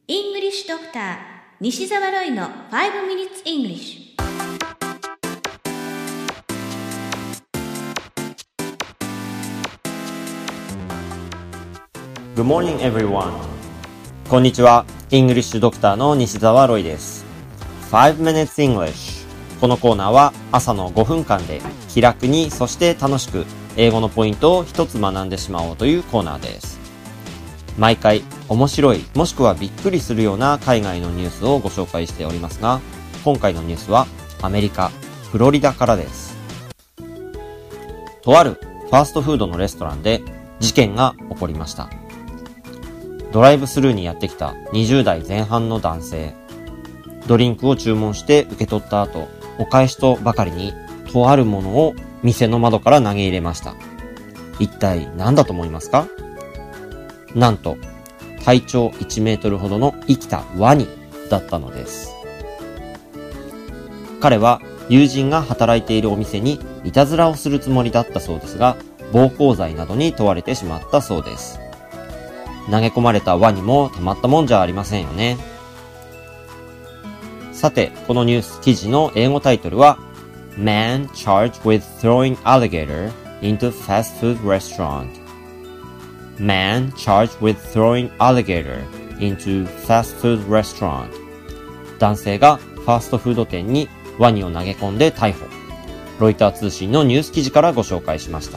English Doctor 西澤ロイの5 Minutes English。 Good morning, everyone. こんにちは。イングリッシュドクターの西澤ロイです。5 Minutes English。このコーナーは朝の5分間で気楽にそして楽しく英語のポイントを一つ学んでしまおうというコーナーです。毎回面白いもしくはびっくりするような海外のニュースをご紹介しておりますが、今回のニュースはアメリカ・フロリダからです。とあるファーストフードのレストランで事件が起こりました。ドライブスルーにやってきた20代前半の男性。ドリンクを注文して受け取った後、お返しとばかりにとあるものを店の窓から投げ入れました。一体何だと思いますか？なんと体長1メートルほどの生きたワニだったのです。彼は友人が働いているお店にいたずらをするつもりだったそうですが、暴行罪などに問われてしまったそうです。投げ込まれたワニもたまったもんじゃありませんよね。さて、このニュース記事の英語タイトルは Man charged with throwing alligator into fast food restaurant。Man charged with throwing alligator into fast food restaurant。 男性がファーストフード店にワニを投げ込んで逮捕。ロイター通信のニュース記事からご紹介しました。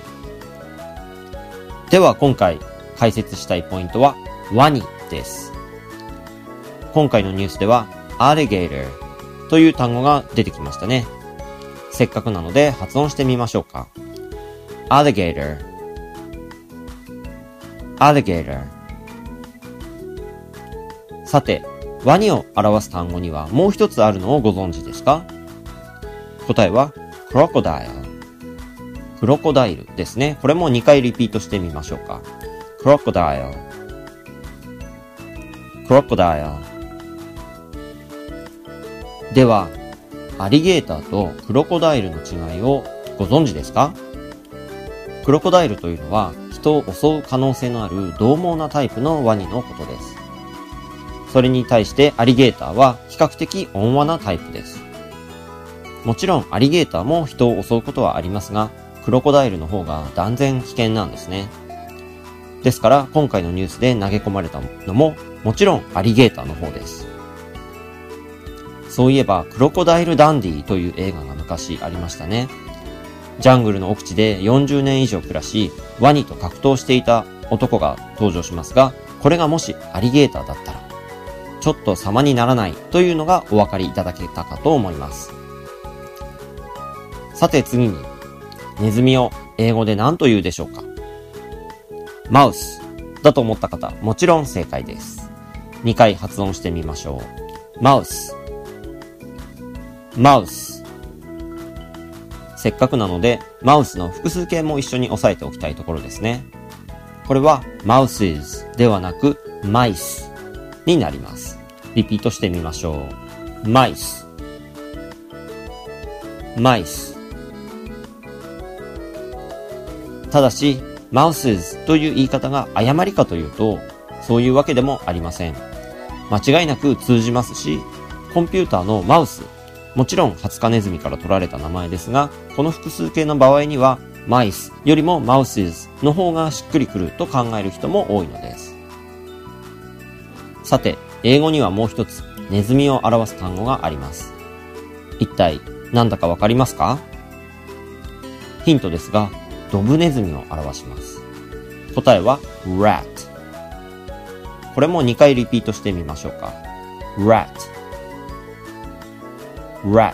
では今回解説したいポイントはワニです。今回のニュースでは alligator という単語が出てきましたね。せっかくなので発音してみましょうか。alligator alligator。 さて、ワニを表す単語にはもう一つあるのをご存知ですか？答えは crocodile。 クロコダイルですね。これも2回リピートしてみましょうか。 crocodile crocodile。 ではアリゲーターとクロコダイルの違いをご存知ですか？クロコダイルというのは人を襲う可能性のある獰猛なタイプのワニのことです。それに対してアリゲーターは比較的温和なタイプです。もちろんアリゲーターも人を襲うことはありますが、クロコダイルの方が断然危険なんですね。ですから今回のニュースで投げ込まれたのももちろんアリゲーターの方です。そういえばクロコダイルダンディという映画が昔ありましたね。ジャングルの奥地で40年以上暮らし、ワニと格闘していた男が登場しますが、これがもしアリゲーターだったら、ちょっと様にならないというのがお分かりいただけたかと思います。さて次に、ネズミを英語で何と言うでしょうか？マウスだと思った方、もちろん正解です。2回発音してみましょう。マウスマウス。せっかくなのでマウスの複数形も一緒に押さえておきたいところですね。これは mouses ではなく mice になります。リピートしてみましょう。mice mice。 ただし mouses という言い方が誤りかというと、そういうわけでもありません。間違いなく通じますし、コンピューターのマウス、もちろんハツカネズミから取られた名前ですが、この複数形の場合にはマイスよりもマウスズの方がしっくりくると考える人も多いのです。さて、英語にはもう一つネズミを表す単語があります。一体何だかわかりますか？ヒントですが、ドブネズミを表します。答えは rat。 これも2回リピートしてみましょうか。 rat rat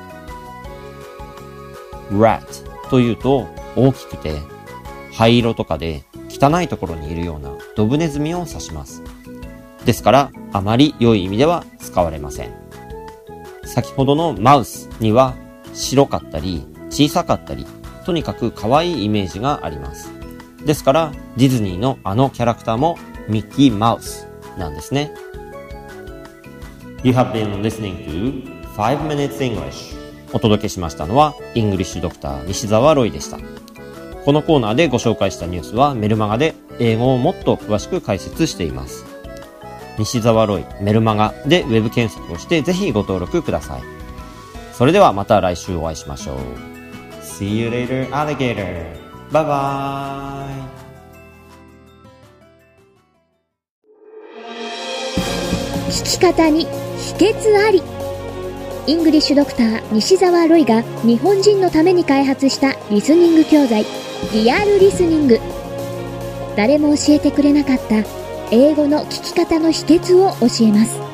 rat というと大きくて灰色とかで汚いところにいるようなドブネズミを指します。ですからあまり良い意味では使われません。先ほどのマウスには白かったり小さかったり、とにかく可愛いイメージがあります。ですからディズニーのあのキャラクターもミッキーマウスなんですね。 You have been listening to 5 Minutes English。 お届けしましたのはイングリッシュドクター西澤ロイでした。このコーナーでご紹介したニュースはメルマガで英語をもっと詳しく解説しています。 西澤ロイメルマガでウェブ検索をしてぜひご登録ください。それではまた来週お会いしましょう。See you later, alligator. Bye bye. 聞き方に秘訣あり。イングリッシュドクター西澤ロイが日本人のために開発したリスニング教材リアルリスニング。誰も教えてくれなかった英語の聞き方の秘訣を教えます。